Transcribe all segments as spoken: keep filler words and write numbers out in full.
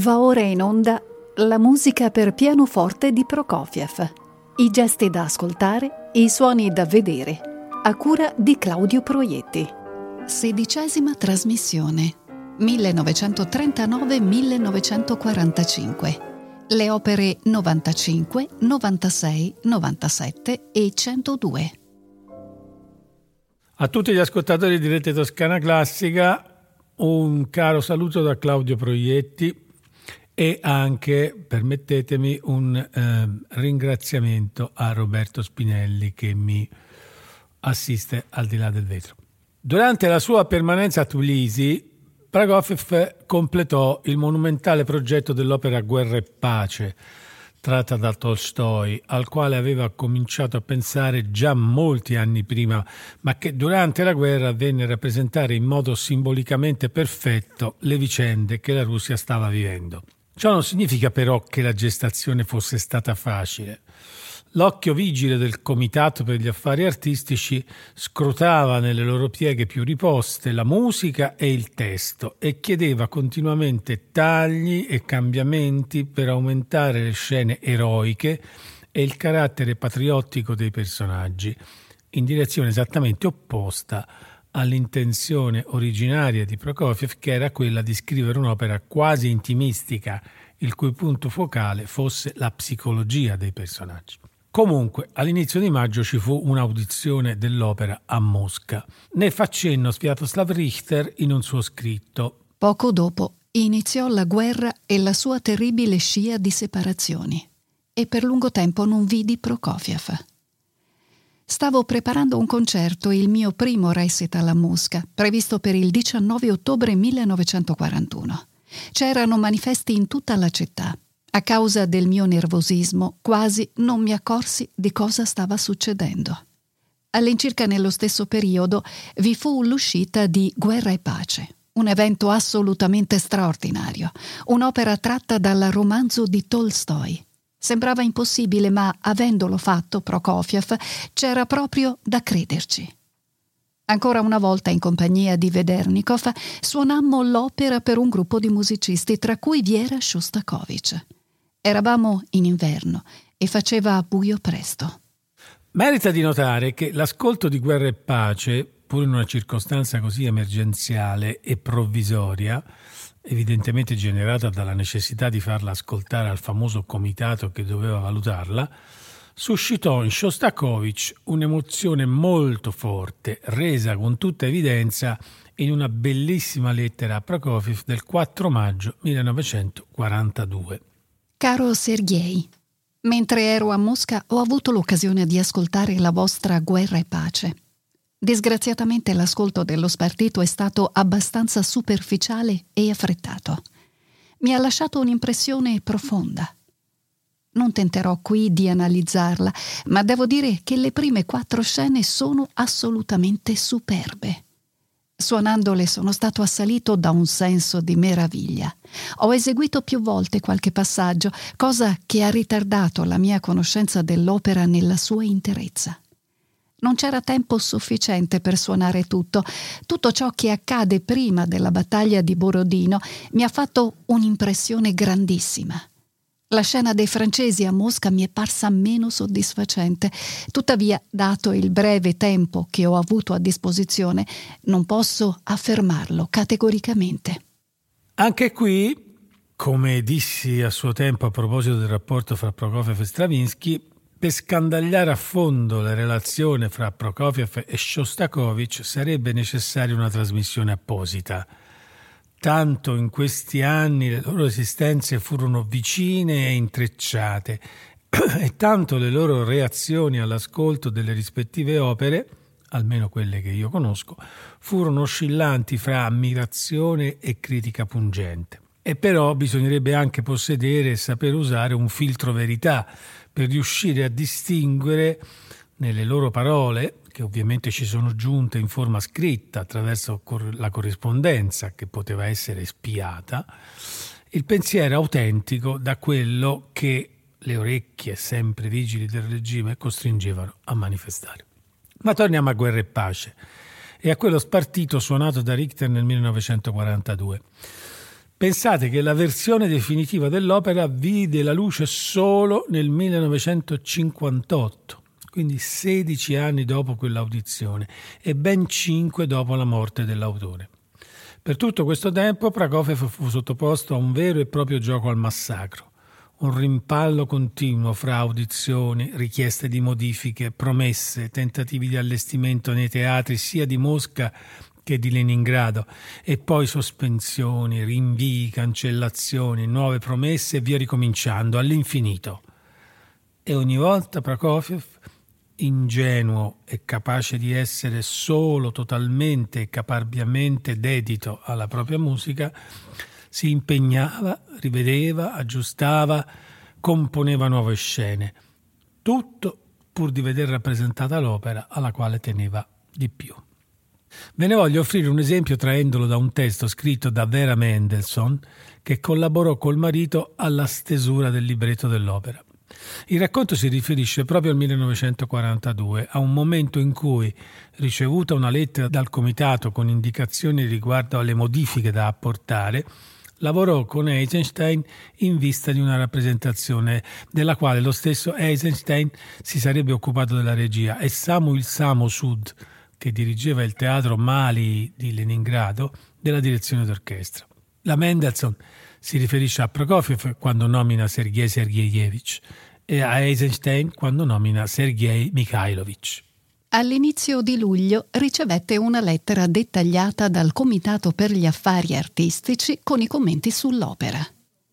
Va ora in onda la musica per pianoforte di Prokofiev. I gesti da ascoltare, i suoni da vedere, a cura di Claudio Proietti. Sedicesima trasmissione, millenovecentotrentanove millenovecentoquarantacinque. Le opere novantacinque, novantasei, novantasette e centodue. A tutti gli ascoltatori di Rete Toscana Classica, un caro saluto da Claudio Proietti e anche, permettetemi, un eh, ringraziamento a Roberto Spinelli che mi assiste al di là del vetro. Durante la sua permanenza a Tbilisi, Prokofiev completò il monumentale progetto dell'opera Guerra e Pace, tratta da Tolstoi, al quale aveva cominciato a pensare già molti anni prima, ma che durante la guerra venne a rappresentare in modo simbolicamente perfetto le vicende che la Russia stava vivendo. Ciò non significa però che la gestazione fosse stata facile. L'occhio vigile del Comitato per gli Affari Artistici scrutava nelle loro pieghe più riposte la musica e il testo e chiedeva continuamente tagli e cambiamenti per aumentare le scene eroiche e il carattere patriottico dei personaggi, in direzione esattamente opposta all'intenzione originaria di Prokofiev, che era quella di scrivere un'opera quasi intimistica, il cui punto focale fosse la psicologia dei personaggi. Comunque, all'inizio di maggio ci fu un'audizione dell'opera a Mosca. Ne fa cenno Sviatoslav Richter in un suo scritto. Poco dopo iniziò la guerra e la sua terribile scia di separazioni, e per lungo tempo non vidi Prokofiev. Stavo preparando un concerto, il mio primo recital a Mosca, previsto per il diciannove ottobre millenovecentoquarantuno. C'erano manifesti in tutta la città. A causa del mio nervosismo, quasi non mi accorsi di cosa stava succedendo. All'incirca nello stesso periodo vi fu l'uscita di Guerra e Pace, un evento assolutamente straordinario, un'opera tratta dal romanzo di Tolstoi. Sembrava impossibile, ma avendolo fatto Prokofiev, c'era proprio da crederci. Ancora una volta, in compagnia di Vedernikov, suonammo l'opera per un gruppo di musicisti, tra cui vi era Shostakovich. Eravamo in inverno e faceva buio presto. Merita di notare che l'ascolto di Guerra e Pace, pur in una circostanza così emergenziale e provvisoria, evidentemente generata dalla necessità di farla ascoltare al famoso comitato che doveva valutarla, suscitò in Shostakovich un'emozione molto forte, resa con tutta evidenza in una bellissima lettera a Prokofiev del quattro maggio millenovecentoquarantadue. Caro Sergei, mentre ero a Mosca ho avuto l'occasione di ascoltare la vostra Guerra e Pace. Disgraziatamente l'ascolto dello spartito è stato abbastanza superficiale e affrettato. Mi ha lasciato un'impressione profonda. Non tenterò qui di analizzarla, ma devo dire che le prime quattro scene sono assolutamente superbe. Suonandole sono stato assalito da un senso di meraviglia. Ho eseguito più volte qualche passaggio, cosa che ha ritardato la mia conoscenza dell'opera nella sua interezza. Non c'era tempo sufficiente per suonare tutto. Tutto ciò che accade prima della battaglia di Borodino mi ha fatto un'impressione grandissima. La scena dei francesi a Mosca mi è parsa meno soddisfacente. Tuttavia, dato il breve tempo che ho avuto a disposizione, non posso affermarlo categoricamente. Anche qui, come dissi a suo tempo a proposito del rapporto fra Prokofiev e Stravinsky, per scandagliare a fondo la relazione fra Prokofiev e Shostakovich sarebbe necessaria una trasmissione apposita. Tanto in questi anni le loro esistenze furono vicine e intrecciate e tanto le loro reazioni all'ascolto delle rispettive opere, almeno quelle che io conosco, furono oscillanti fra ammirazione e critica pungente. E però bisognerebbe anche possedere e saper usare un filtro verità per riuscire a distinguere nelle loro parole, che ovviamente ci sono giunte in forma scritta attraverso la corrispondenza che poteva essere spiata, il pensiero autentico da quello che le orecchie sempre vigili del regime costringevano a manifestare. Ma torniamo a Guerra e Pace e a quello spartito suonato da Richter nel millenovecentoquarantadue. Pensate che la versione definitiva dell'opera vide la luce solo nel millenovecentocinquantotto, quindi sedici anni dopo quell'audizione e ben cinque dopo la morte dell'autore. Per tutto questo tempo Prokofiev fu sottoposto a un vero e proprio gioco al massacro, un rimpallo continuo fra audizioni, richieste di modifiche, promesse, tentativi di allestimento nei teatri sia di Mosca che di Leningrado, e poi sospensioni, rinvii, cancellazioni, nuove promesse e via ricominciando all'infinito. E ogni volta Prokofiev, ingenuo e capace di essere solo totalmente e caparbiamente dedito alla propria musica, si impegnava, rivedeva, aggiustava, componeva nuove scene. Tutto pur di veder rappresentata l'opera alla quale teneva di più. Ve ne voglio offrire un esempio traendolo da un testo scritto da Vera Mendelssohn, che collaborò col marito alla stesura del libretto dell'opera. Il racconto si riferisce proprio al millenovecentoquarantadue, a un momento in cui, ricevuta una lettera dal comitato con indicazioni riguardo alle modifiche da apportare, lavorò con Eisenstein in vista di una rappresentazione della quale lo stesso Eisenstein si sarebbe occupato della regia e Samuil Samosud, che dirigeva il teatro Mali di Leningrado, della direzione d'orchestra. La Mendelssohn si riferisce a Prokofiev quando nomina Sergei Sergejevich e a Eisenstein quando nomina Sergei Mikhailovich. All'inizio di luglio ricevette una lettera dettagliata dal Comitato per gli Affari Artistici con i commenti sull'opera.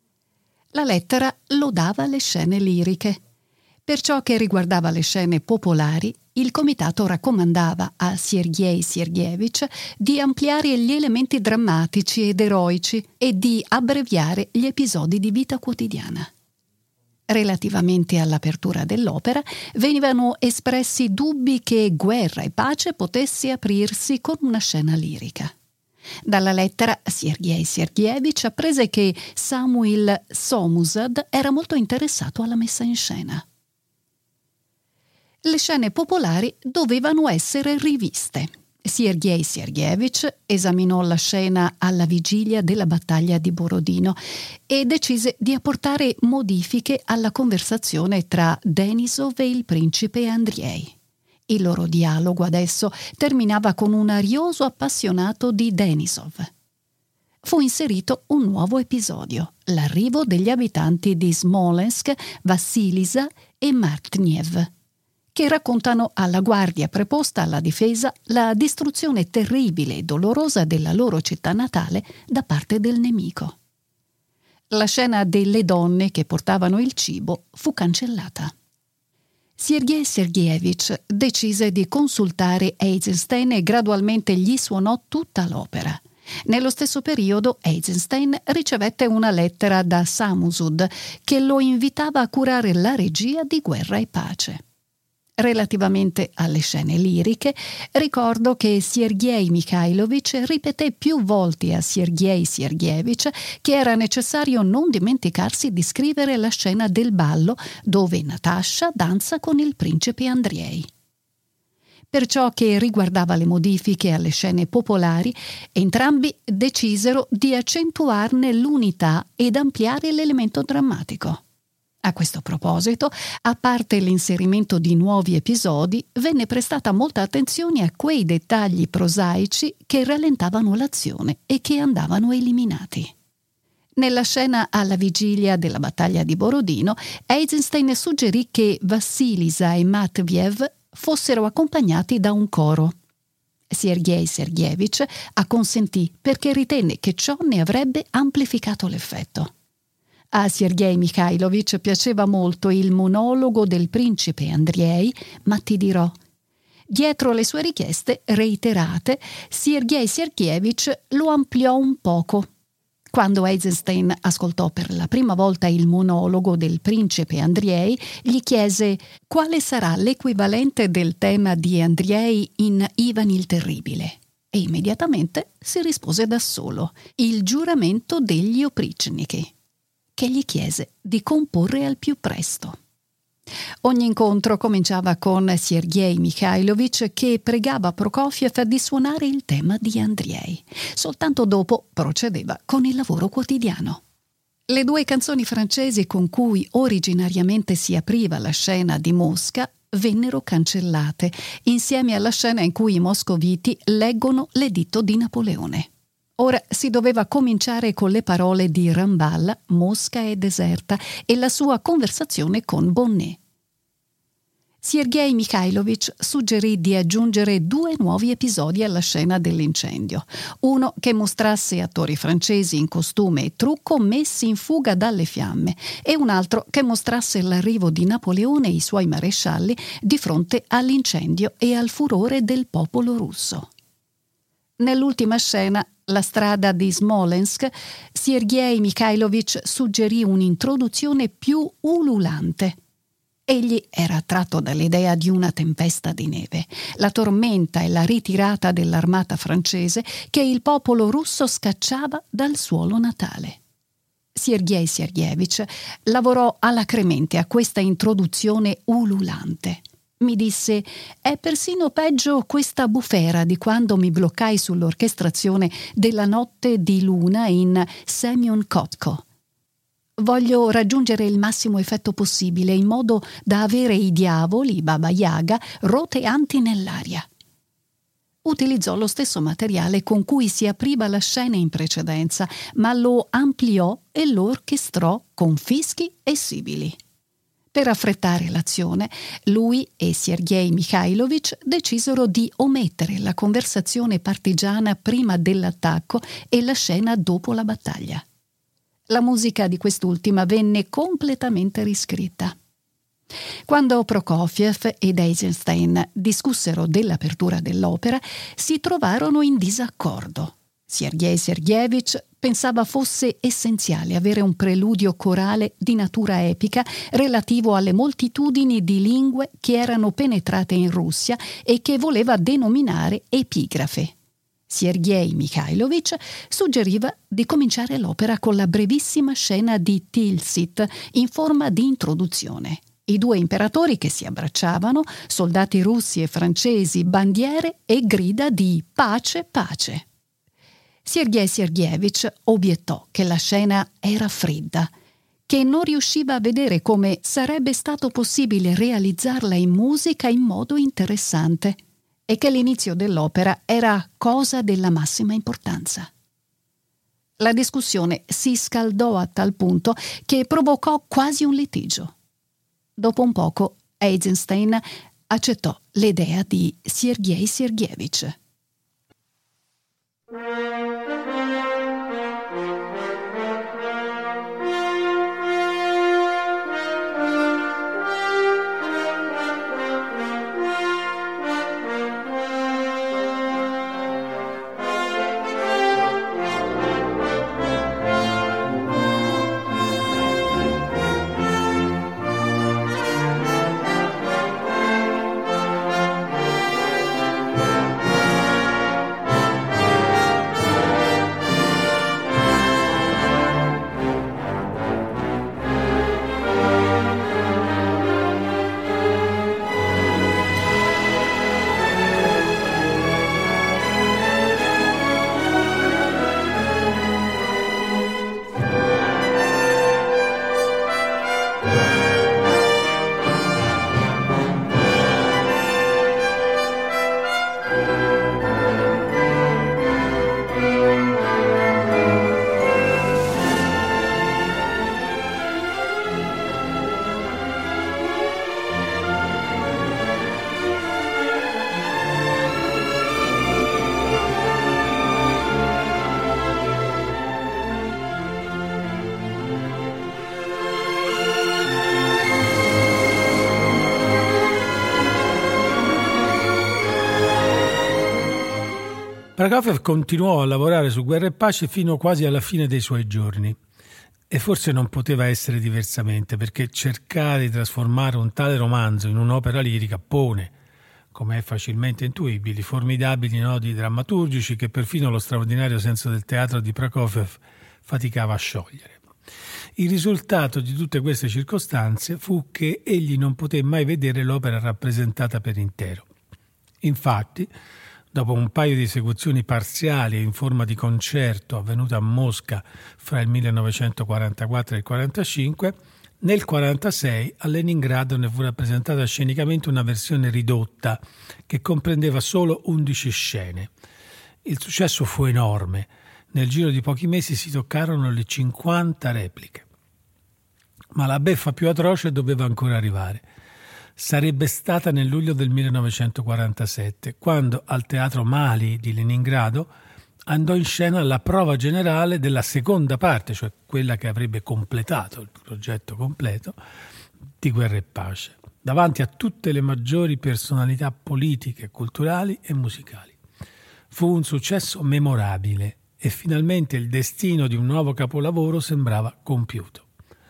La lettera lodava le scene liriche. Per ciò che riguardava le scene popolari, il comitato raccomandava a Sergei Sergejevich di ampliare gli elementi drammatici ed eroici e di abbreviare gli episodi di vita quotidiana. Relativamente all'apertura dell'opera, venivano espressi dubbi che Guerra e Pace potesse aprirsi con una scena lirica. Dalla lettera Sergei Sergejevich apprese che Samuil Samosud era molto interessato alla messa in scena. Le scene popolari dovevano essere riviste. Sergei Sergejevich esaminò la scena alla vigilia della battaglia di Borodino e decise di apportare modifiche alla conversazione tra Denisov e il principe Andrei. Il loro dialogo adesso terminava con un arioso appassionato di Denisov. Fu inserito un nuovo episodio, l'arrivo degli abitanti di Smolensk, Vassilisa e Martnev, che raccontano alla guardia preposta alla difesa la distruzione terribile e dolorosa della loro città natale da parte del nemico. La scena delle donne che portavano il cibo fu cancellata. Sergei Sergejevich decise di consultare Eisenstein e gradualmente gli suonò tutta l'opera. Nello stesso periodo Eisenstein ricevette una lettera da Samosud che lo invitava a curare la regia di Guerra e Pace. Relativamente alle scene liriche, ricordo che Sergei Mikhailovich ripeté più volte a Sergei Sergejevich che era necessario non dimenticarsi di scrivere la scena del ballo dove Natasha danza con il principe Andrei. Per ciò che riguardava le modifiche alle scene popolari, entrambi decisero di accentuarne l'unità ed ampliare l'elemento drammatico. A questo proposito, a parte l'inserimento di nuovi episodi, venne prestata molta attenzione a quei dettagli prosaici che rallentavano l'azione e che andavano eliminati. Nella scena alla vigilia della battaglia di Borodino, Eisenstein suggerì che Vassilisa e Matviev fossero accompagnati da un coro. Sergei Sergejevich acconsentì perché ritenne che ciò ne avrebbe amplificato l'effetto. A Sergei Mikhailovich piaceva molto il monologo del principe Andrei, ma ti dirò, dietro le sue richieste reiterate, Sergei Sergejevich lo ampliò un poco. Quando Eisenstein ascoltò per la prima volta il monologo del principe Andrei, gli chiese quale sarà l'equivalente del tema di Andrei in Ivan il Terribile. E immediatamente si rispose da solo, il giuramento degli Oprichniki, che gli chiese di comporre al più presto. Ogni incontro cominciava con Sergej Mikhailovich che pregava Prokofiev di suonare il tema di Andrei. Soltanto dopo procedeva con il lavoro quotidiano. Le due canzoni francesi con cui originariamente si apriva la scena di Mosca vennero cancellate, insieme alla scena in cui i moscoviti leggono l'editto di Napoleone. Ora si doveva cominciare con le parole di Rambal, Mosca è deserta, e la sua conversazione con Bonnet. Sergej Mikhailovich suggerì di aggiungere due nuovi episodi alla scena dell'incendio. Uno che mostrasse attori francesi in costume e trucco messi in fuga dalle fiamme e un altro che mostrasse l'arrivo di Napoleone e i suoi marescialli di fronte all'incendio e al furore del popolo russo. Nell'ultima scena, la strada di Smolensk, Sergej Mikhailovich suggerì un'introduzione più ululante. Egli era attratto dall'idea di una tempesta di neve, la tormenta e la ritirata dell'armata francese che il popolo russo scacciava dal suolo natale. Sergej Sergejevich lavorò alacremente a questa introduzione ululante. Mi disse: «È persino peggio questa bufera di quando mi bloccai sull'orchestrazione della notte di luna in Semyon Kotko. Voglio raggiungere il massimo effetto possibile in modo da avere i diavoli, Baba Yaga, roteanti nell'aria». Utilizzò lo stesso materiale con cui si apriva la scena in precedenza, ma lo ampliò e lo orchestrò con fischi e sibili. Per affrettare l'azione, lui e Sergej Mikhailovich decisero di omettere la conversazione partigiana prima dell'attacco e la scena dopo la battaglia. La musica di quest'ultima venne completamente riscritta. Quando Prokofiev ed Eisenstein discussero dell'apertura dell'opera, si trovarono in disaccordo. Sergej Sergejevich pensava fosse essenziale avere un preludio corale di natura epica relativo alle moltitudini di lingue che erano penetrate in Russia e che voleva denominare epigrafe. Sergej Mikhailovich suggeriva di cominciare l'opera con la brevissima scena di Tilsit in forma di introduzione. I due imperatori che si abbracciavano, soldati russi e francesi, bandiere e grida di pace, pace. Sergej Sergejevich obiettò che la scena era fredda, che non riusciva a vedere come sarebbe stato possibile realizzarla in musica in modo interessante e che l'inizio dell'opera era cosa della massima importanza. La discussione si scaldò a tal punto che provocò quasi un litigio. Dopo un poco Eisenstein accettò l'idea di Sergej Sergejevich. Prokofiev continuò a lavorare su Guerra e Pace fino quasi alla fine dei suoi giorni. E forse non poteva essere diversamente, perché cercare di trasformare un tale romanzo in un'opera lirica pone, come è facilmente intuibile, formidabili nodi drammaturgici che perfino lo straordinario senso del teatro di Prokofiev faticava a sciogliere. Il risultato di tutte queste circostanze fu che egli non poté mai vedere l'opera rappresentata per intero. Infatti, dopo un paio di esecuzioni parziali e in forma di concerto avvenute a Mosca fra il millenovecentoquarantaquattro e il quarantacinque, nel quarantasei a Leningrado ne fu rappresentata scenicamente una versione ridotta che comprendeva solo undici scene. Il successo fu enorme. Nel giro di pochi mesi si toccarono le cinquanta repliche. Ma la beffa più atroce doveva ancora arrivare. Sarebbe stata nel luglio del millenovecentoquarantasette, quando al Teatro Mali di Leningrado andò in scena la prova generale della seconda parte, cioè quella che avrebbe completato il progetto completo di Guerra e Pace, davanti a tutte le maggiori personalità politiche, culturali e musicali. Fu un successo memorabile e finalmente il destino di un nuovo capolavoro sembrava compiuto.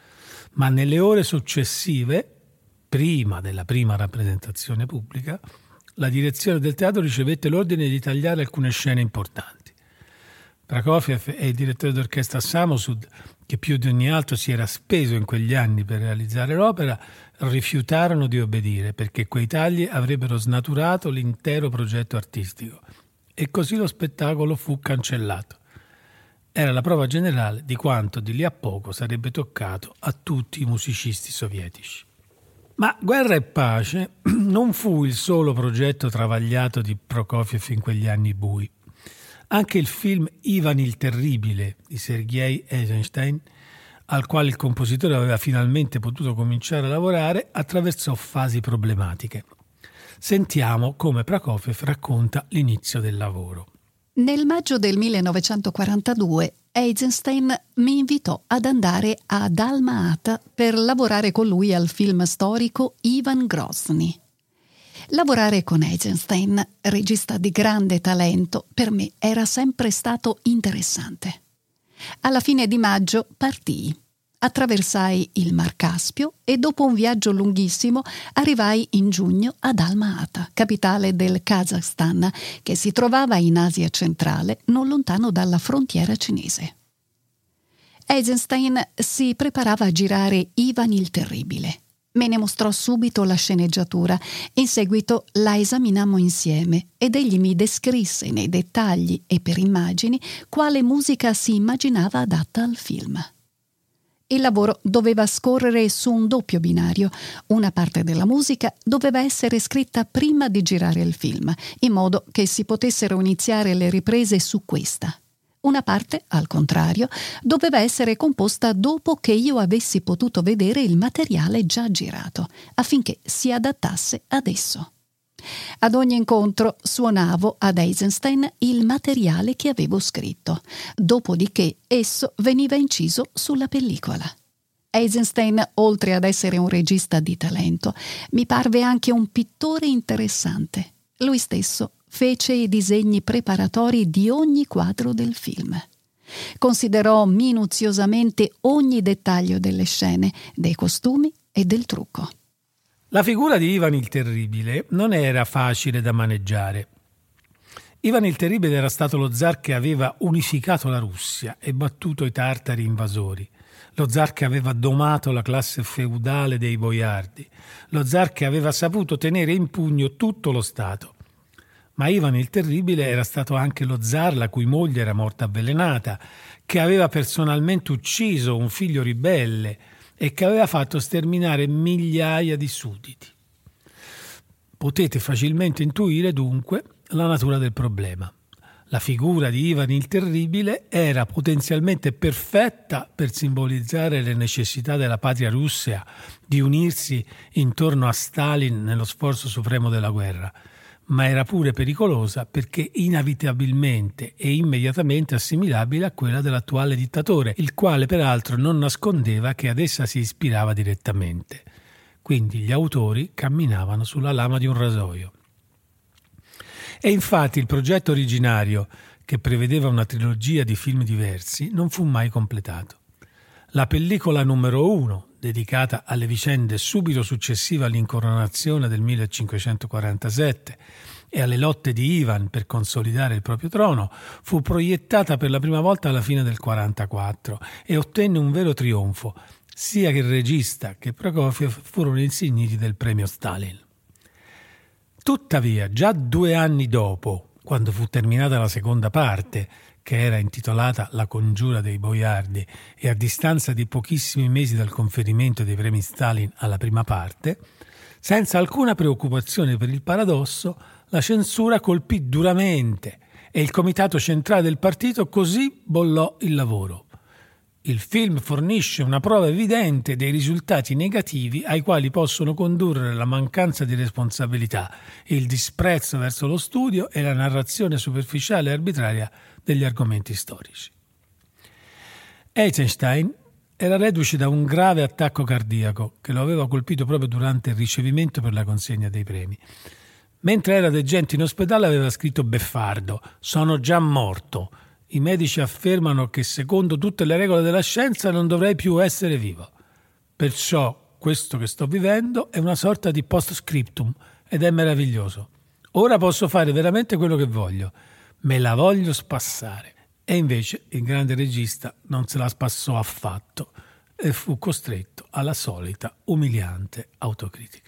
Ma nelle ore successive, prima della prima rappresentazione pubblica, la direzione del teatro ricevette l'ordine di tagliare alcune scene importanti. Prokofiev e il direttore d'orchestra Samosud, che più di ogni altro si era speso in quegli anni per realizzare l'opera, rifiutarono di obbedire perché quei tagli avrebbero snaturato l'intero progetto artistico e così lo spettacolo fu cancellato. Era la prova generale di quanto di lì a poco sarebbe toccato a tutti i musicisti sovietici. Ma Guerra e Pace non fu il solo progetto travagliato di Prokofiev in quegli anni bui. Anche il film Ivan il Terribile di Sergei Eisenstein, al quale il compositore aveva finalmente potuto cominciare a lavorare, attraversò fasi problematiche. Sentiamo come Prokofiev racconta l'inizio del lavoro. Nel maggio del millenovecentoquarantadue Eisenstein mi invitò ad andare ad Alma-Ata per lavorare con lui al film storico Ivan Grozny. Lavorare con Eisenstein, regista di grande talento, per me era sempre stato interessante. Alla fine di maggio partii. Attraversai il Mar Caspio e dopo un viaggio lunghissimo arrivai in giugno ad Alma-Ata, capitale del Kazakhstan, che si trovava in Asia centrale, non lontano dalla frontiera cinese. Eisenstein si preparava a girare Ivan il Terribile. Me ne mostrò subito la sceneggiatura. In seguito la esaminammo insieme ed egli mi descrisse nei dettagli e per immagini quale musica si immaginava adatta al film. Il lavoro doveva scorrere su un doppio binario. Una parte della musica doveva essere scritta prima di girare il film, in modo che si potessero iniziare le riprese su questa. Una parte, al contrario, doveva essere composta dopo che io avessi potuto vedere il materiale già girato, affinché si adattasse ad esso. Ad ogni incontro suonavo ad Eisenstein il materiale che avevo scritto, dopodiché esso veniva inciso sulla pellicola. Eisenstein, oltre ad essere un regista di talento, mi parve anche un pittore interessante. Lui stesso fece i disegni preparatori di ogni quadro del film. Considerò minuziosamente ogni dettaglio delle scene, dei costumi e del trucco. La figura di Ivan il Terribile non era facile da maneggiare. Ivan il Terribile era stato lo zar che aveva unificato la Russia e battuto i tartari invasori, lo zar che aveva domato la classe feudale dei boiardi, lo zar che aveva saputo tenere in pugno tutto lo Stato. Ma Ivan il Terribile era stato anche lo zar la cui moglie era morta avvelenata, che aveva personalmente ucciso un figlio ribelle e che aveva fatto sterminare migliaia di sudditi. Potete facilmente intuire dunque la natura del problema. La figura di Ivan il Terribile era potenzialmente perfetta per simbolizzare le necessità della patria russa di unirsi intorno a Stalin nello sforzo supremo della guerra, ma era pure pericolosa perché inevitabilmente e immediatamente assimilabile a quella dell'attuale dittatore, il quale peraltro non nascondeva che ad essa si ispirava direttamente. Quindi gli autori camminavano sulla lama di un rasoio. E infatti il progetto originario, che prevedeva una trilogia di film diversi, non fu mai completato. La pellicola numero uno, dedicata alle vicende subito successive all'incoronazione del millecinquecentoquarantasette e alle lotte di Ivan per consolidare il proprio trono, fu proiettata per la prima volta alla fine del quarantaquattro e ottenne un vero trionfo. Sia che il regista che Prokofiev furono insigniti del premio Stalin. Tuttavia, già due anni dopo, quando fu terminata la seconda parte, che era intitolata La congiura dei boiardi, e a distanza di pochissimi mesi dal conferimento dei premi Stalin alla prima parte, senza alcuna preoccupazione per il paradosso, la censura colpì duramente e il comitato centrale del partito così bollò il lavoro. Il film fornisce una prova evidente dei risultati negativi ai quali possono condurre la mancanza di responsabilità, il disprezzo verso lo studio e la narrazione superficiale e arbitraria degli argomenti storici. Eisenstein era reduce da un grave attacco cardiaco che lo aveva colpito proprio durante il ricevimento per la consegna dei premi. Mentre era deggente in ospedale aveva scritto beffardo: «Sono già morto. I medici affermano che secondo tutte le regole della scienza non dovrei più essere vivo. Perciò questo che sto vivendo è una sorta di post-scriptum ed è meraviglioso. Ora posso fare veramente quello che voglio. Me la voglio spassare». E invece il grande regista non se la spassò affatto e fu costretto alla solita umiliante autocritica.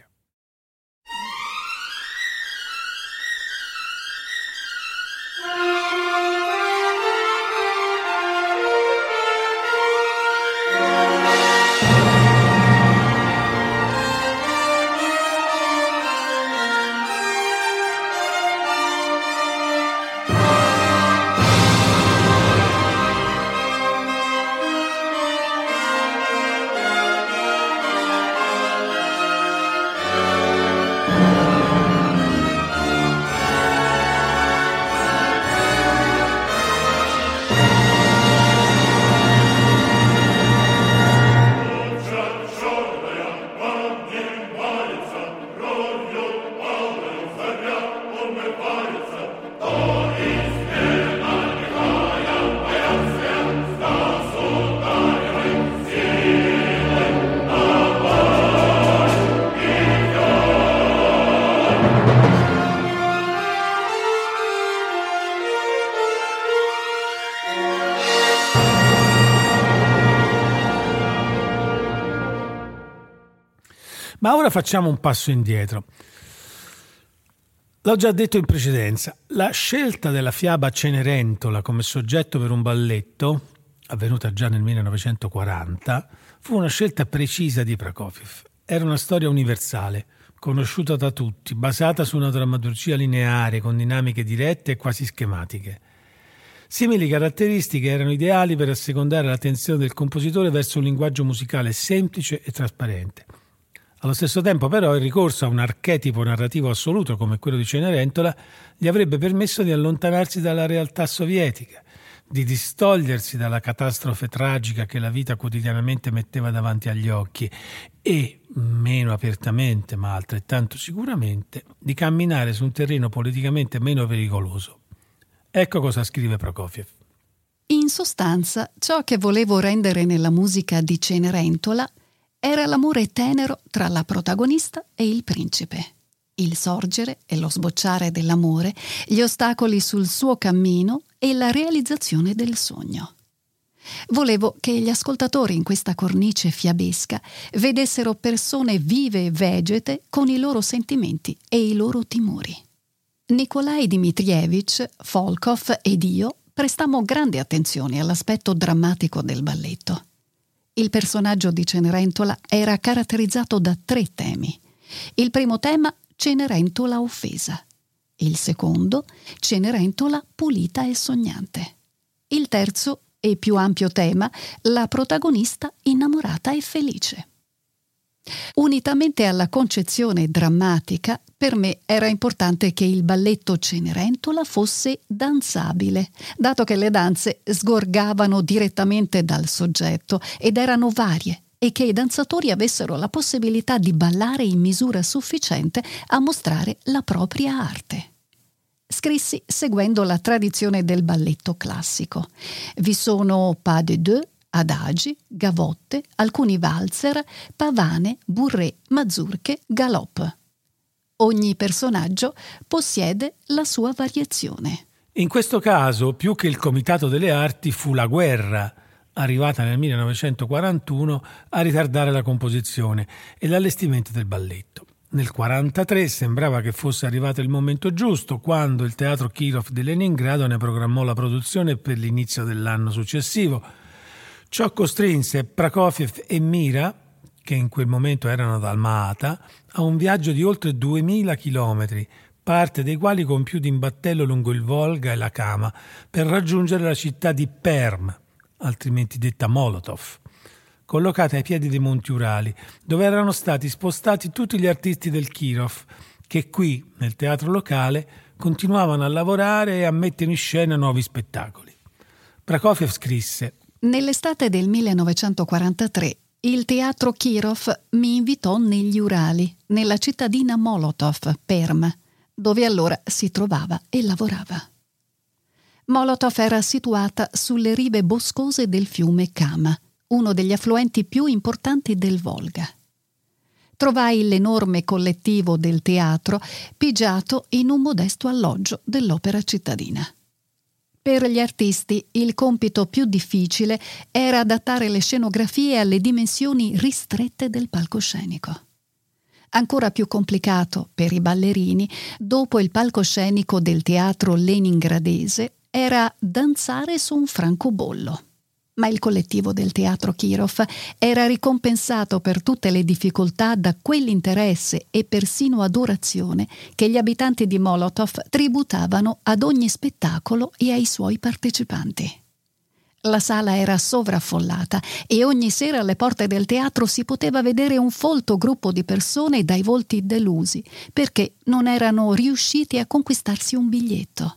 Ma ora facciamo un passo indietro. L'ho già detto in precedenza, la scelta della fiaba Cenerentola come soggetto per un balletto, avvenuta già nel millenovecentoquaranta, fu una scelta precisa di Prokofiev. Era una storia universale, conosciuta da tutti, basata su una drammaturgia lineare, con dinamiche dirette e quasi schematiche. Simili caratteristiche erano ideali per assecondare l'attenzione del compositore verso un linguaggio musicale semplice e trasparente. Allo stesso tempo, però, il ricorso a un archetipo narrativo assoluto come quello di Cenerentola gli avrebbe permesso di allontanarsi dalla realtà sovietica, di distogliersi dalla catastrofe tragica che la vita quotidianamente metteva davanti agli occhi e, meno apertamente ma altrettanto sicuramente, di camminare su un terreno politicamente meno pericoloso. Ecco cosa scrive Prokofiev. In sostanza, ciò che volevo rendere nella musica di Cenerentola era l'amore tenero tra la protagonista e il principe, il sorgere e lo sbocciare dell'amore, gli ostacoli sul suo cammino e la realizzazione del sogno. Volevo che gli ascoltatori in questa cornice fiabesca vedessero persone vive e vegete con i loro sentimenti e i loro timori. Nikolai Dmitrievich, Volkov ed io prestammo grande attenzione all'aspetto drammatico del balletto. Il personaggio di Cenerentola era caratterizzato da tre temi. Il primo tema, Cenerentola offesa. Il secondo, Cenerentola pulita e sognante. Il terzo e più ampio tema, la protagonista innamorata e felice. Unitamente alla concezione drammatica, per me era importante che il balletto Cenerentola fosse danzabile, dato che le danze sgorgavano direttamente dal soggetto ed erano varie e che i danzatori avessero la possibilità di ballare in misura sufficiente a mostrare la propria arte. Scrissi seguendo la tradizione del balletto classico. Vi sono pas de deux, adagi, gavotte, alcuni valzer, pavane, bourrée, mazurche, galop. Ogni personaggio possiede la sua variazione. In questo caso, più che il Comitato delle Arti, fu la guerra, arrivata nel millenovecentoquarantuno, a ritardare la composizione e l'allestimento del balletto. Nel millenovecentoquarantatré sembrava che fosse arrivato il momento giusto, quando il Teatro Kirov di Leningrado ne programmò la produzione per l'inizio dell'anno successivo. Ciò costrinse Prokofiev e Mira, che in quel momento erano ad Alma-Ata, a un viaggio di oltre duemila chilometri, parte dei quali compiuti in battello lungo il Volga e la Kama, per raggiungere la città di Perm, altrimenti detta Molotov, collocata ai piedi dei Monti Urali, dove erano stati spostati tutti gli artisti del Kirov, che qui, nel teatro locale, continuavano a lavorare e a mettere in scena nuovi spettacoli. Prokofiev scrisse: «Nell'estate del millenovecentoquarantatré il teatro Kirov mi invitò negli Urali, nella cittadina Molotov, Perm, dove allora si trovava e lavorava. Molotov era situata sulle rive boscose del fiume Kama, uno degli affluenti più importanti del Volga. Trovai l'enorme collettivo del teatro pigiato in un modesto alloggio dell'opera cittadina. Per gli artisti il compito più difficile era adattare le scenografie alle dimensioni ristrette del palcoscenico. Ancora più complicato per i ballerini, dopo il palcoscenico del teatro leningradese, era danzare su un francobollo. Ma il collettivo del teatro Kirov era ricompensato per tutte le difficoltà da quell'interesse e persino adorazione che gli abitanti di Molotov tributavano ad ogni spettacolo e ai suoi partecipanti. La sala era sovraffollata e ogni sera alle porte del teatro si poteva vedere un folto gruppo di persone dai volti delusi perché non erano riusciti a conquistarsi un biglietto.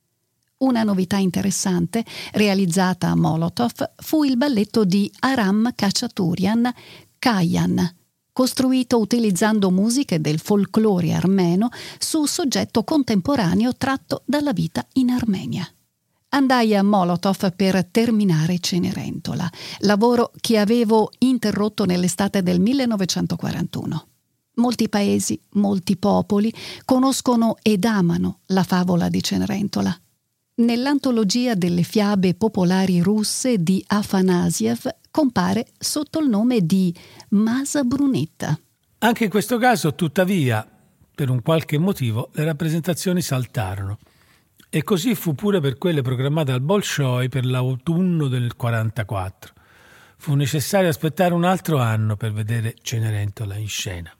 Una novità interessante, realizzata a Molotov, fu il balletto di Aram Khachaturian, Kayan, costruito utilizzando musiche del folklore armeno su soggetto contemporaneo tratto dalla vita in Armenia. Andai a Molotov per terminare Cenerentola, lavoro che avevo interrotto nell'estate del millenovecentoquarantuno. Molti paesi, molti popoli conoscono ed amano la favola di Cenerentola. Nell'antologia delle fiabe popolari russe di Afanasiev compare sotto il nome di Masa Brunetta. Anche in questo caso, tuttavia, per un qualche motivo, le rappresentazioni saltarono. E così fu pure per quelle programmate al Bolshoi per l'autunno del quarantaquattro. Fu necessario aspettare un altro anno per vedere Cenerentola in scena.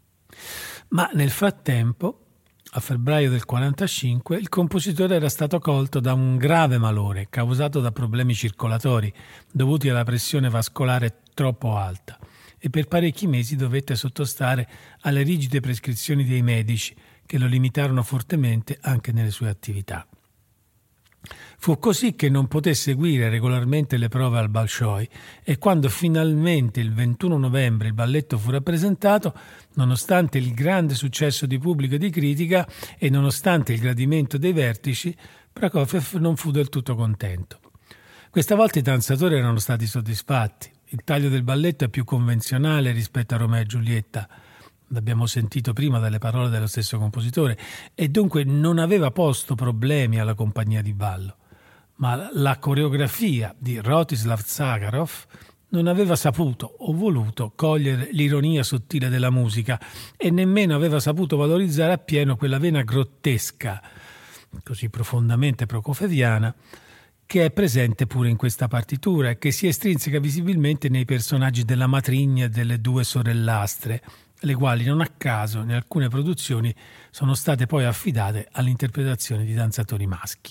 Ma nel frattempo, a febbraio del quarantacinque, il compositore era stato colto da un grave malore causato da problemi circolatori dovuti alla pressione vascolare troppo alta e per parecchi mesi dovette sottostare alle rigide prescrizioni dei medici che lo limitarono fortemente anche nelle sue attività. Fu così che non poté seguire regolarmente le prove al Bolshoi e quando finalmente il ventuno novembre il balletto fu rappresentato, nonostante il grande successo di pubblico e di critica e nonostante il gradimento dei vertici, Prokofiev non fu del tutto contento. Questa volta i danzatori erano stati soddisfatti. Il taglio del balletto è più convenzionale rispetto a Romeo e Giulietta, l'abbiamo sentito prima dalle parole dello stesso compositore, e dunque non aveva posto problemi alla compagnia di ballo. Ma la coreografia di Rostislav Zakharov non aveva saputo o voluto cogliere l'ironia sottile della musica e nemmeno aveva saputo valorizzare appieno quella vena grottesca, così profondamente prokofieviana, che è presente pure in questa partitura e che si estrinseca visibilmente nei personaggi della matrigna e delle due sorellastre, le quali non a caso in alcune produzioni sono state poi affidate all'interpretazione di danzatori maschi.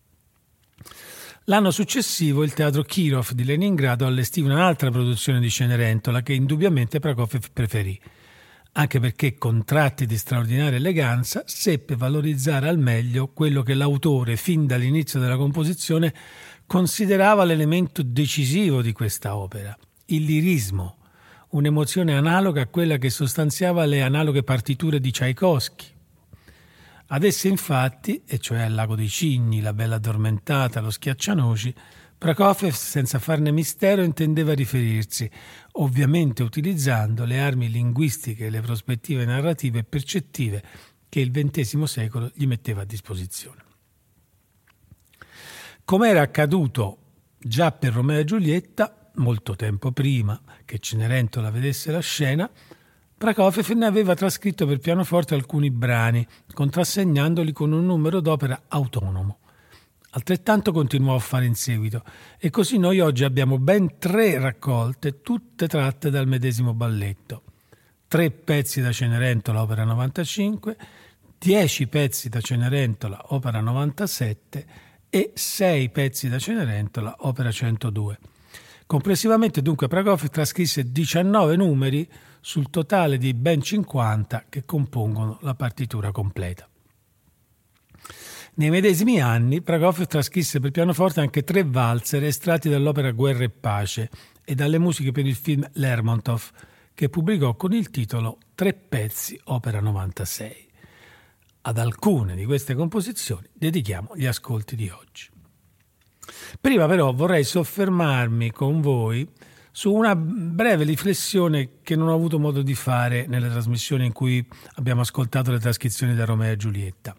L'anno successivo il teatro Kirov di Leningrado allestì un'altra produzione di Cenerentola che indubbiamente Prokofiev preferì, anche perché, con tratti di straordinaria eleganza, seppe valorizzare al meglio quello che l'autore, fin dall'inizio della composizione, considerava l'elemento decisivo di questa opera, il lirismo, un'emozione analoga a quella che sostanziava le analoghe partiture di Tchaikovsky. Ad esse infatti, e cioè al Lago dei Cigni, La Bella Addormentata, Lo Schiaccianoci, Prokofiev, senza farne mistero, intendeva riferirsi, ovviamente utilizzando le armi linguistiche e le prospettive narrative e percettive che il ventesimo secolo gli metteva a disposizione. Come era accaduto già per Romeo e Giulietta, molto tempo prima che Cenerentola vedesse la scena, Prokofiev ne aveva trascritto per pianoforte alcuni brani, contrassegnandoli con un numero d'opera autonomo. Altrettanto continuò a fare in seguito, e così noi oggi abbiamo ben tre raccolte, tutte tratte dal medesimo balletto. Tre pezzi da Cenerentola, opera novantacinque, dieci pezzi da Cenerentola, opera novantasette e sei pezzi da Cenerentola, opera centodue. Complessivamente dunque Prokofiev trascrisse diciannove numeri sul totale di ben cinquanta che compongono la partitura completa. Nei medesimi anni Prokofiev trascrisse per pianoforte anche tre valzer estratti dall'opera Guerra e Pace e dalle musiche per il film Lermontov, che pubblicò con il titolo Tre pezzi, opera novantasei. Ad alcune di queste composizioni dedichiamo gli ascolti di oggi. Prima però vorrei soffermarmi con voi su una breve riflessione che non ho avuto modo di fare nelle trasmissioni in cui abbiamo ascoltato le trascrizioni da Romeo e Giulietta.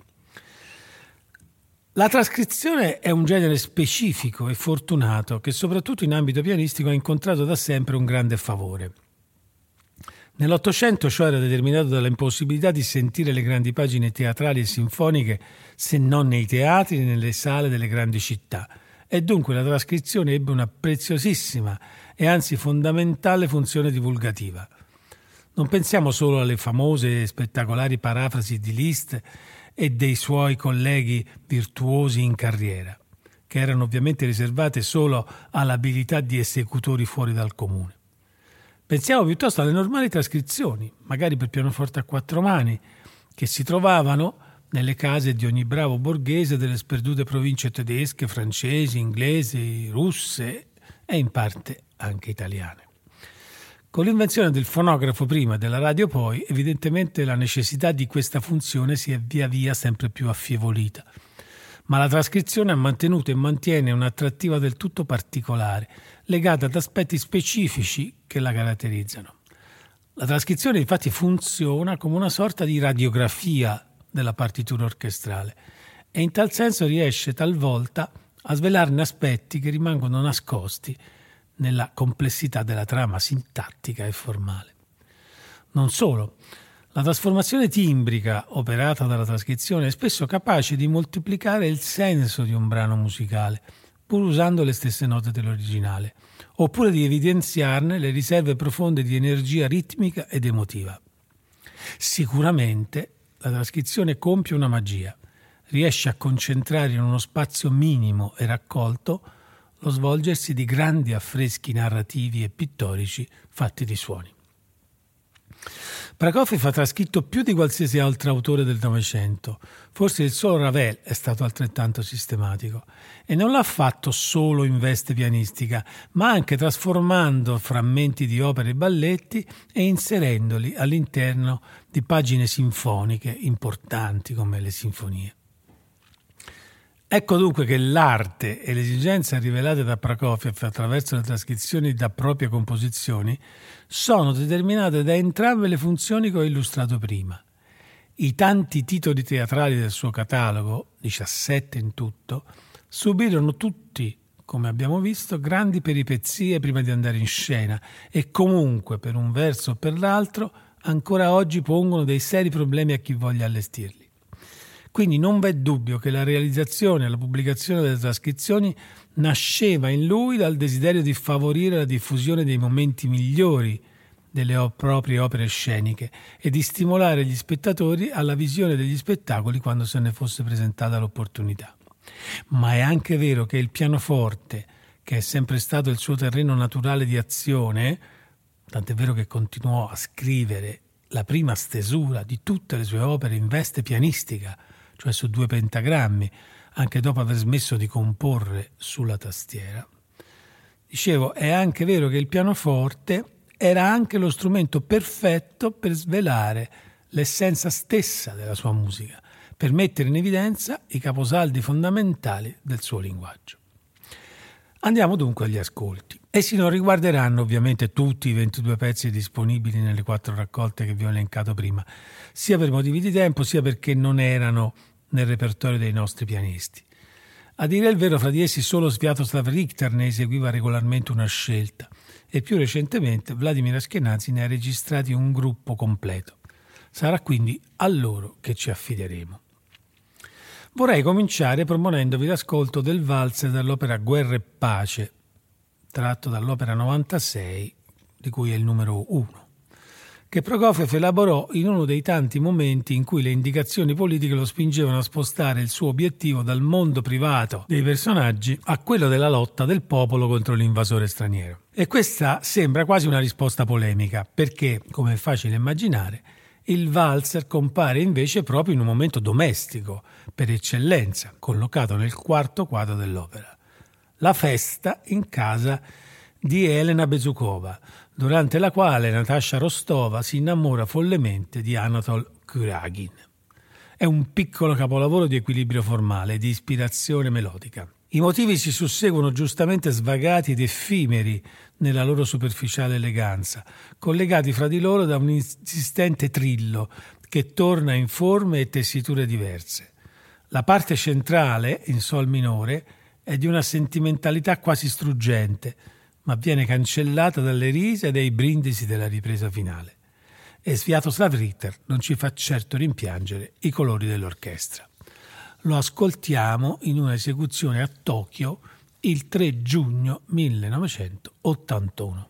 La trascrizione è un genere specifico e fortunato che soprattutto in ambito pianistico ha incontrato da sempre un grande favore. Nell'Ottocento ciò era determinato dalla impossibilità di sentire le grandi pagine teatrali e sinfoniche se non nei teatri e nelle sale delle grandi città, e dunque la trascrizione ebbe una preziosissima e anzi fondamentale funzione divulgativa. Non pensiamo solo alle famose e spettacolari parafrasi di Liszt e dei suoi colleghi virtuosi in carriera, che erano ovviamente riservate solo all'abilità di esecutori fuori dal comune. Pensiamo piuttosto alle normali trascrizioni, magari per pianoforte a quattro mani, che si trovavano nelle case di ogni bravo borghese delle sperdute province tedesche, francesi, inglesi, russe e in parte anche italiane. Con l'invenzione del fonografo prima e della radio poi, evidentemente la necessità di questa funzione si è via via sempre più affievolita. Ma la trascrizione ha mantenuto e mantiene un'attrattiva del tutto particolare, legata ad aspetti specifici che la caratterizzano. La trascrizione infatti funziona come una sorta di radiografia della partitura orchestrale e in tal senso riesce talvolta a svelarne aspetti che rimangono nascosti nella complessità della trama sintattica e formale. Non solo, la trasformazione timbrica operata dalla trascrizione è spesso capace di moltiplicare il senso di un brano musicale, pur usando le stesse note dell'originale, oppure di evidenziarne le riserve profonde di energia ritmica ed emotiva. Sicuramente la trascrizione compie una magia, riesce a concentrare in uno spazio minimo e raccolto lo svolgersi di grandi affreschi narrativi e pittorici fatti di suoni. Prokofiev ha trascritto più di qualsiasi altro autore del Novecento, forse il solo Ravel è stato altrettanto sistematico, e non l'ha fatto solo in veste pianistica, ma anche trasformando frammenti di opere e balletti e inserendoli all'interno di pagine sinfoniche importanti come le sinfonie. Ecco dunque che l'arte e l'esigenza rivelate da Prokofiev attraverso le trascrizioni da proprie composizioni sono determinate da entrambe le funzioni che ho illustrato prima. I tanti titoli teatrali del suo catalogo, diciassette in tutto, subirono tutti, come abbiamo visto, grandi peripezie prima di andare in scena e comunque, per un verso o per l'altro, ancora oggi pongono dei seri problemi a chi voglia allestirli. Quindi non v'è dubbio che la realizzazione e la pubblicazione delle trascrizioni nasceva in lui dal desiderio di favorire la diffusione dei momenti migliori delle op- proprie opere sceniche e di stimolare gli spettatori alla visione degli spettacoli quando se ne fosse presentata l'opportunità. Ma è anche vero che il pianoforte, che è sempre stato il suo terreno naturale di azione, tant'è vero che continuò a scrivere la prima stesura di tutte le sue opere in veste pianistica, cioè su due pentagrammi, anche dopo aver smesso di comporre sulla tastiera. Dicevo, è anche vero che il pianoforte era anche lo strumento perfetto per svelare l'essenza stessa della sua musica, per mettere in evidenza i caposaldi fondamentali del suo linguaggio. Andiamo dunque agli ascolti. Essi non riguarderanno ovviamente tutti i ventidue pezzi disponibili nelle quattro raccolte che vi ho elencato prima, sia per motivi di tempo sia perché non erano nel repertorio dei nostri pianisti. A dire il vero, fra di essi solo Sviatoslav Richter ne eseguiva regolarmente una scelta e più recentemente Vladimir Ashkenazy ne ha registrati un gruppo completo. Sarà quindi a loro che ci affideremo. Vorrei cominciare proponendovi l'ascolto del valzer dall'opera Guerra e Pace, tratto dall'opera novantasei, di cui è il numero uno, che Prokofiev elaborò in uno dei tanti momenti in cui le indicazioni politiche lo spingevano a spostare il suo obiettivo dal mondo privato dei personaggi a quello della lotta del popolo contro l'invasore straniero. E questa sembra quasi una risposta polemica, perché, come è facile immaginare, il valzer compare invece proprio in un momento domestico, per eccellenza, collocato nel quarto quadro dell'opera. La festa in casa di Elena Bezukova, durante la quale Natasha Rostova si innamora follemente di Anatol Kuragin. È un piccolo capolavoro di equilibrio formale e di ispirazione melodica. I motivi si susseguono giustamente svagati ed effimeri nella loro superficiale eleganza, collegati fra di loro da un insistente trillo che torna in forme e tessiture diverse. La parte centrale, in sol minore, è di una sentimentalità quasi struggente, ma viene cancellata dalle risa e dai brindisi della ripresa finale. E Sviatoslav Richter non ci fa certo rimpiangere i colori dell'orchestra. Lo ascoltiamo in un'esecuzione a Tokyo il tre giugno millenovecentottantuno.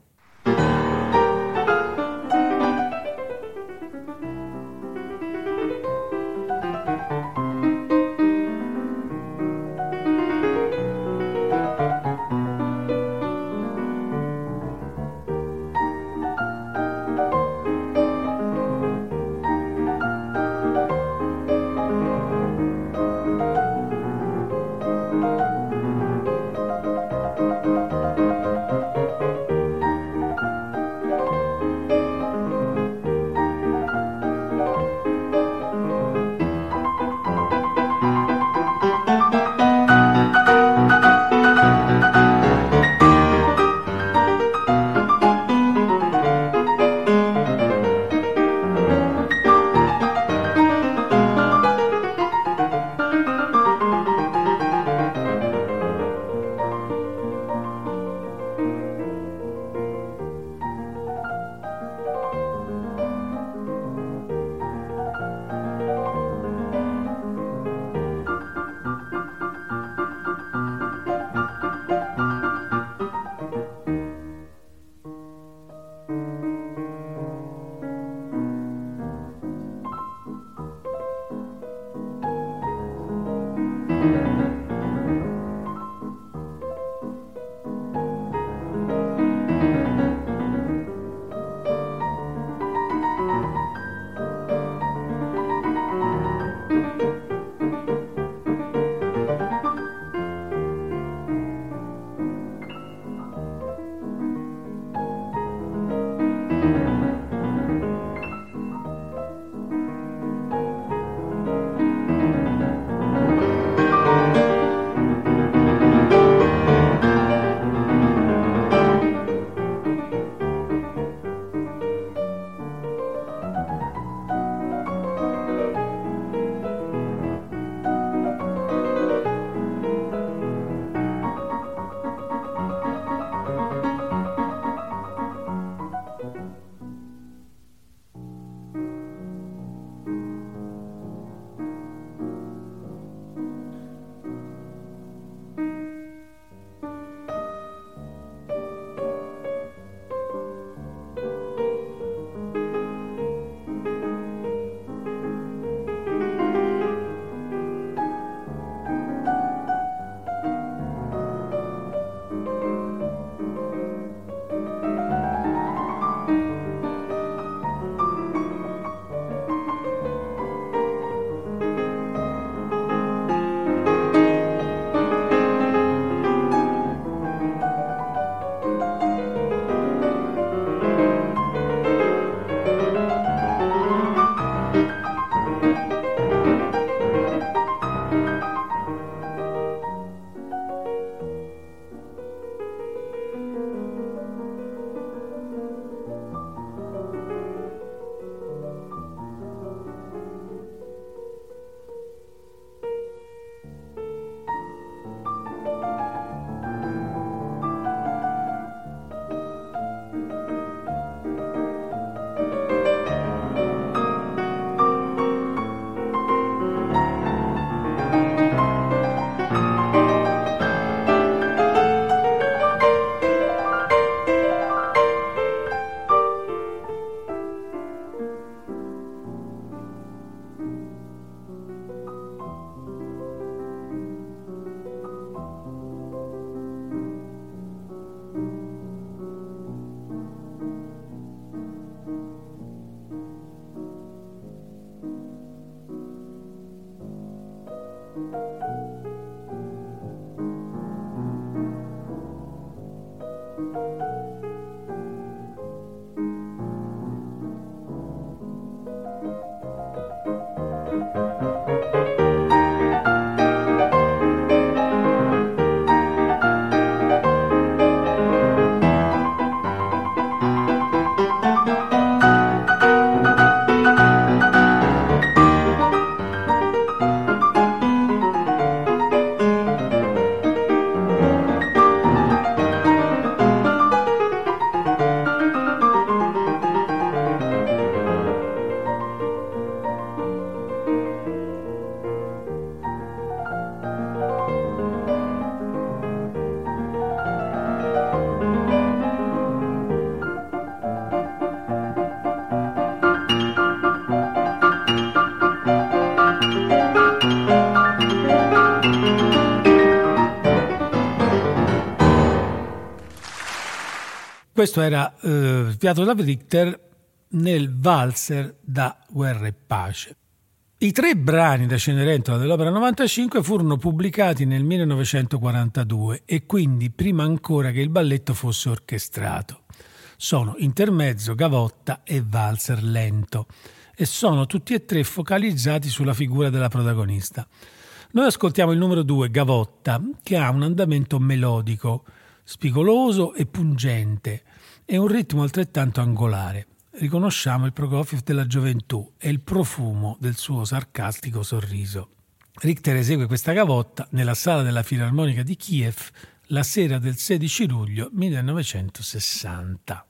Questo era eh, Sviatoslav Richter nel valzer da Guerra e Pace. I tre brani da Cenerentola dell'opera novantacinque furono pubblicati nel millenovecentoquarantadue e quindi prima ancora che il balletto fosse orchestrato. Sono Intermezzo, Gavotta e Valzer lento e sono tutti e tre focalizzati sulla figura della protagonista. Noi ascoltiamo il numero due, Gavotta, che ha un andamento melodico, spigoloso e pungente e un ritmo altrettanto angolare. Riconosciamo il Prokofiev della gioventù e il profumo del suo sarcastico sorriso. Richter esegue questa gavotta nella sala della Filarmonica di Kiev la sera del sedici luglio millenovecentosessanta.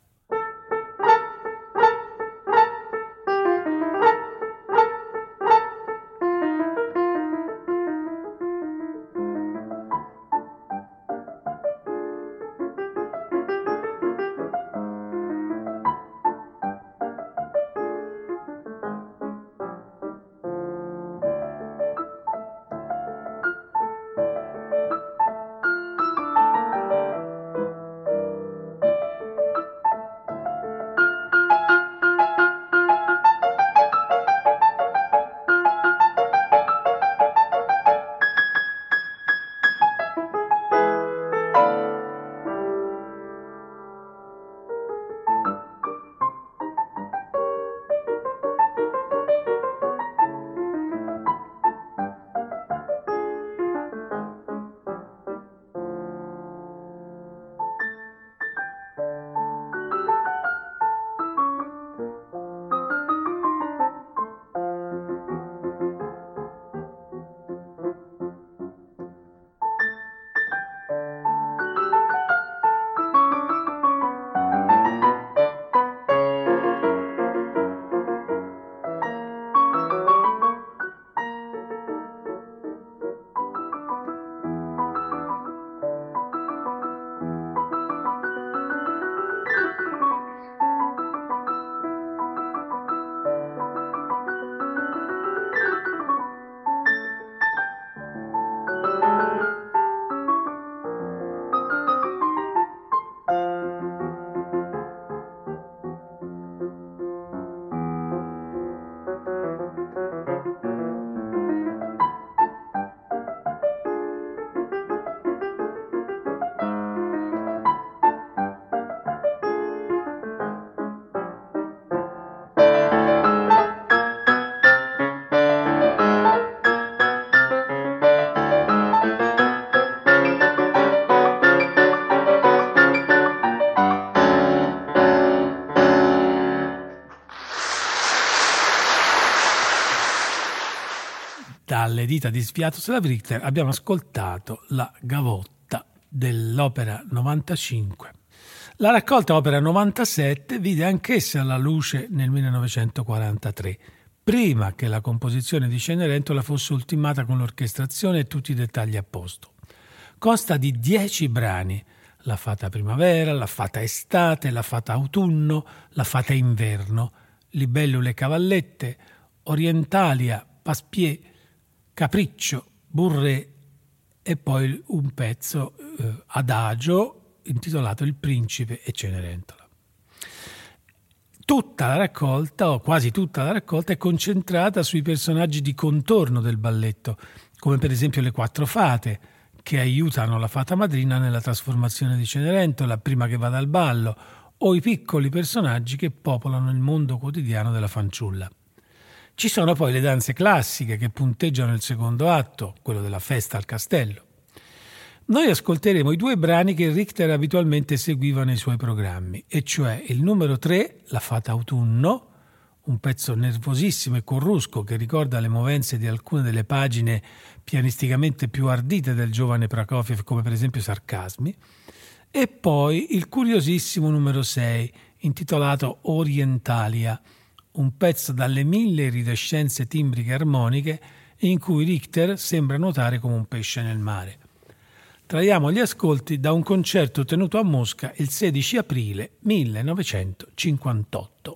Dalle dita di Sviatoslav Richter abbiamo ascoltato la gavotta dell'opera novantacinque. La raccolta opera novantasette vide anch'essa la luce nel millenovecentoquarantatré, prima che la composizione di Cenerentola fosse ultimata con l'orchestrazione e tutti i dettagli a posto. Consta di dieci brani: la fata primavera, la fata estate, la fata autunno, la fata inverno, libellule cavallette, orientalia, paspier, capriccio, bourrée e poi un pezzo eh, adagio intitolato Il principe e Cenerentola. Tutta la raccolta, o quasi tutta la raccolta, è concentrata sui personaggi di contorno del balletto, come per esempio le quattro fate, che aiutano la fata madrina nella trasformazione di Cenerentola prima che vada al ballo, o i piccoli personaggi che popolano il mondo quotidiano della fanciulla. Ci sono poi le danze classiche che punteggiano il secondo atto, quello della festa al castello. Noi ascolteremo i due brani che Richter abitualmente eseguiva nei suoi programmi, e cioè il numero tre, La fata autunno, un pezzo nervosissimo e corrusco che ricorda le movenze di alcune delle pagine pianisticamente più ardite del giovane Prokofiev, come per esempio Sarcasmi, e poi il curiosissimo numero sei, intitolato Orientalia, un pezzo dalle mille iridescenze timbriche armoniche in cui Richter sembra nuotare come un pesce nel mare. Traiamo gli ascolti da un concerto tenuto a Mosca il sedici aprile millenovecentocinquantotto.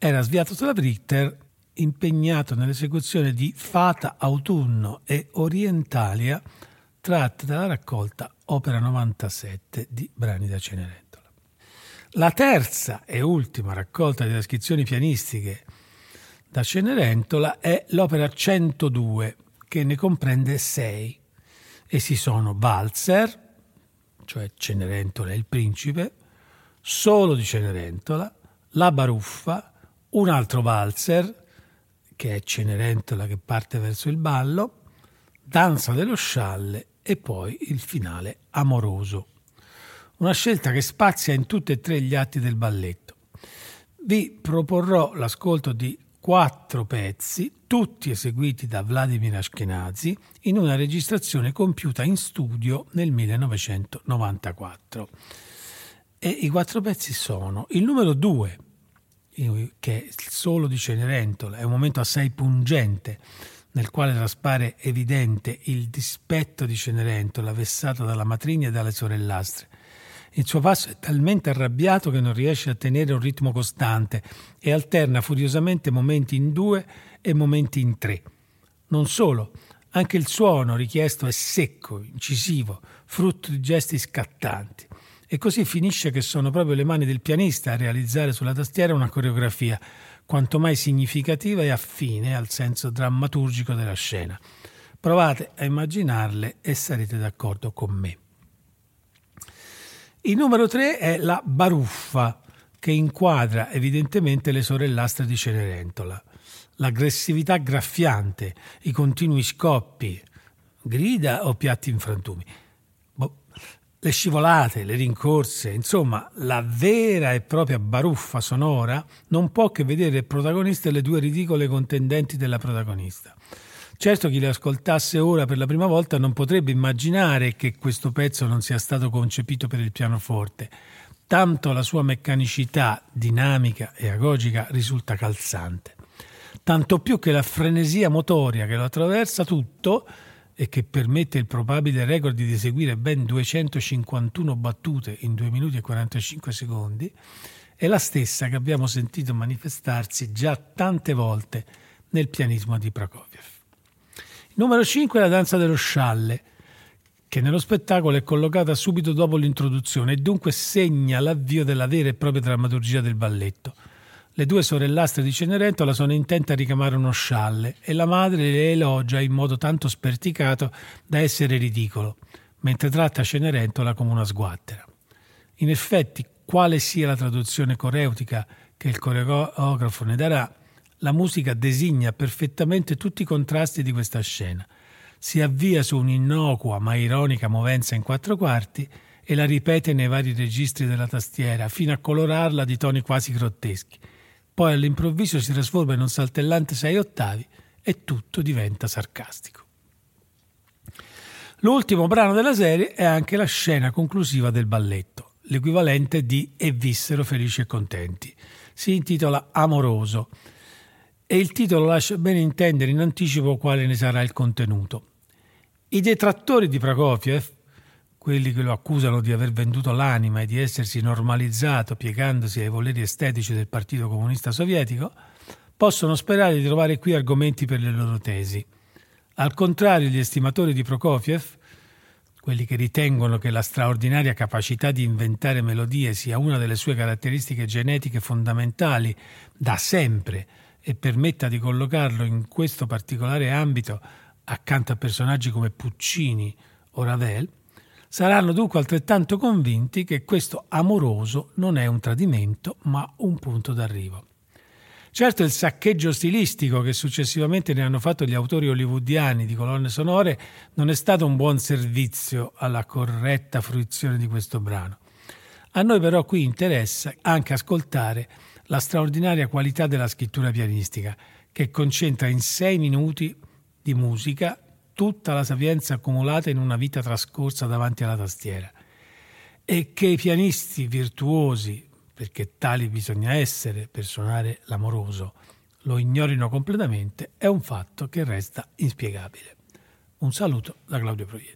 era Sviatoslav Richter, impegnato nell'esecuzione di Fata, Autunno e Orientalia, tratte dalla raccolta Opera novantasette di brani da Cenerentola. La terza e ultima raccolta di trascrizioni pianistiche da Cenerentola è l'opera centodue, che ne comprende sei. Essi sono Valzer, cioè Cenerentola e il Principe, solo di Cenerentola, La Baruffa, un altro Valzer, che è Cenerentola che parte verso il ballo, Danza dello scialle e poi il finale amoroso. Una scelta che spazia in tutti e tre gli atti del balletto. Vi proporrò l'ascolto di quattro pezzi, tutti eseguiti da Vladimir Ashkenazy, in una registrazione compiuta in studio nel millenovecentonovantaquattro. E i quattro pezzi sono il numero due, che è il solo di Cenerentola, è un momento assai pungente, nel quale traspare evidente il dispetto di Cenerentola, vessato dalla matrigna e dalle sorellastre. Il suo passo è talmente arrabbiato che non riesce a tenere un ritmo costante e alterna furiosamente momenti in due e momenti in tre. Non solo, anche il suono richiesto è secco, incisivo, frutto di gesti scattanti. E così finisce che sono proprio le mani del pianista a realizzare sulla tastiera una coreografia quanto mai significativa e affine al senso drammaturgico della scena. Provate a immaginarle e sarete d'accordo con me. Il numero tre è la Baruffa, che inquadra evidentemente le sorellastre di Cenerentola. L'aggressività graffiante, i continui scoppi, grida o piatti in frantumi, le scivolate, le rincorse, insomma, la vera e propria baruffa sonora non può che vedere protagoniste le due ridicole contendenti della protagonista. Certo, chi le ascoltasse ora per la prima volta non potrebbe immaginare che questo pezzo non sia stato concepito per il pianoforte, tanto la sua meccanicità dinamica e agogica risulta calzante. Tanto più che la frenesia motoria che lo attraversa tutto e che permette il probabile record di eseguire ben duecentocinquantuno battute in due minuti e quarantacinque secondi, è la stessa che abbiamo sentito manifestarsi già tante volte nel pianismo di Prokofiev. Il numero cinque è la Danza dello scialle, che nello spettacolo è collocata subito dopo l'introduzione e dunque segna l'avvio della vera e propria drammaturgia del balletto. Le due sorellastre di Cenerentola sono intente a ricamare uno scialle e la madre le elogia in modo tanto sperticato da essere ridicolo, mentre tratta Cenerentola come una sguattera. In effetti, quale sia la traduzione coreutica che il coreografo ne darà, la musica designa perfettamente tutti i contrasti di questa scena. Si avvia su un'innocua ma ironica movenza in quattro quarti e la ripete nei vari registri della tastiera fino a colorarla di toni quasi grotteschi. Poi all'improvviso si trasforma in un saltellante sei ottavi e tutto diventa sarcastico. L'ultimo brano della serie è anche la scena conclusiva del balletto, l'equivalente di E vissero felici e contenti. Si intitola Amoroso e il titolo lascia bene intendere in anticipo quale ne sarà il contenuto. I detrattori di Prokofiev, quelli che lo accusano di aver venduto l'anima e di essersi normalizzato piegandosi ai voleri estetici del Partito Comunista Sovietico, possono sperare di trovare qui argomenti per le loro tesi. Al contrario, gli estimatori di Prokofiev, quelli che ritengono che la straordinaria capacità di inventare melodie sia una delle sue caratteristiche genetiche fondamentali da sempre e permetta di collocarlo in questo particolare ambito accanto a personaggi come Puccini o Ravel, saranno dunque altrettanto convinti che questo amoroso non è un tradimento, ma un punto d'arrivo. Certo, il saccheggio stilistico che successivamente ne hanno fatto gli autori hollywoodiani di colonne sonore non è stato un buon servizio alla corretta fruizione di questo brano. A noi però qui interessa anche ascoltare la straordinaria qualità della scrittura pianistica, che concentra in sei minuti di musica tutta la sapienza accumulata in una vita trascorsa davanti alla tastiera, e che i pianisti virtuosi, perché tali bisogna essere per suonare l'amoroso, lo ignorino completamente è un fatto che resta inspiegabile. Un saluto da Claudio Proietti.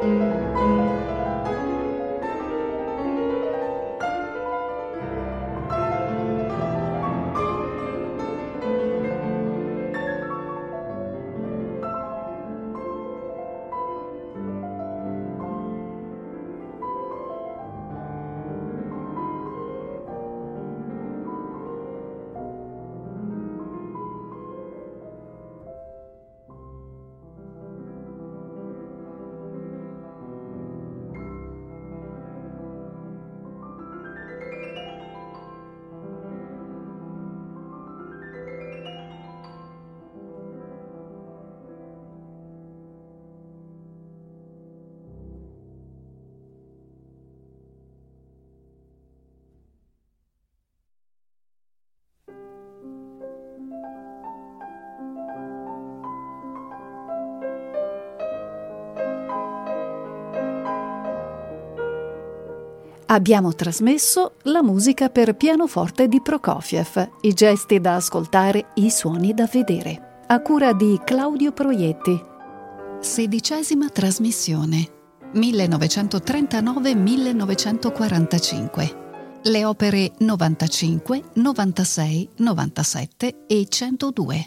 Abbiamo trasmesso la musica per pianoforte di Prokofiev, i gesti da ascoltare, i suoni da vedere, a cura di Claudio Proietti. Sedicesima trasmissione, millenovecentotrentanove millenovecentoquarantacinque. Le opere novantacinque, novantasei, novantasette e centodue.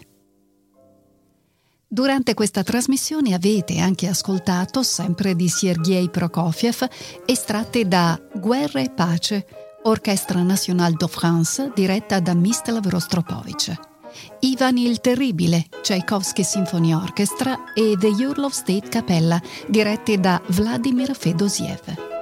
Durante questa trasmissione avete anche ascoltato, sempre di Sergei Prokofiev, estratti da Guerra e pace, Orchestra Nationale de France, diretta da Mstislav Rostropovich, Ivan il Terribile, Tchaikovsky Symphony Orchestra e The Orlov State Capella, diretti da Vladimir Fedosiev.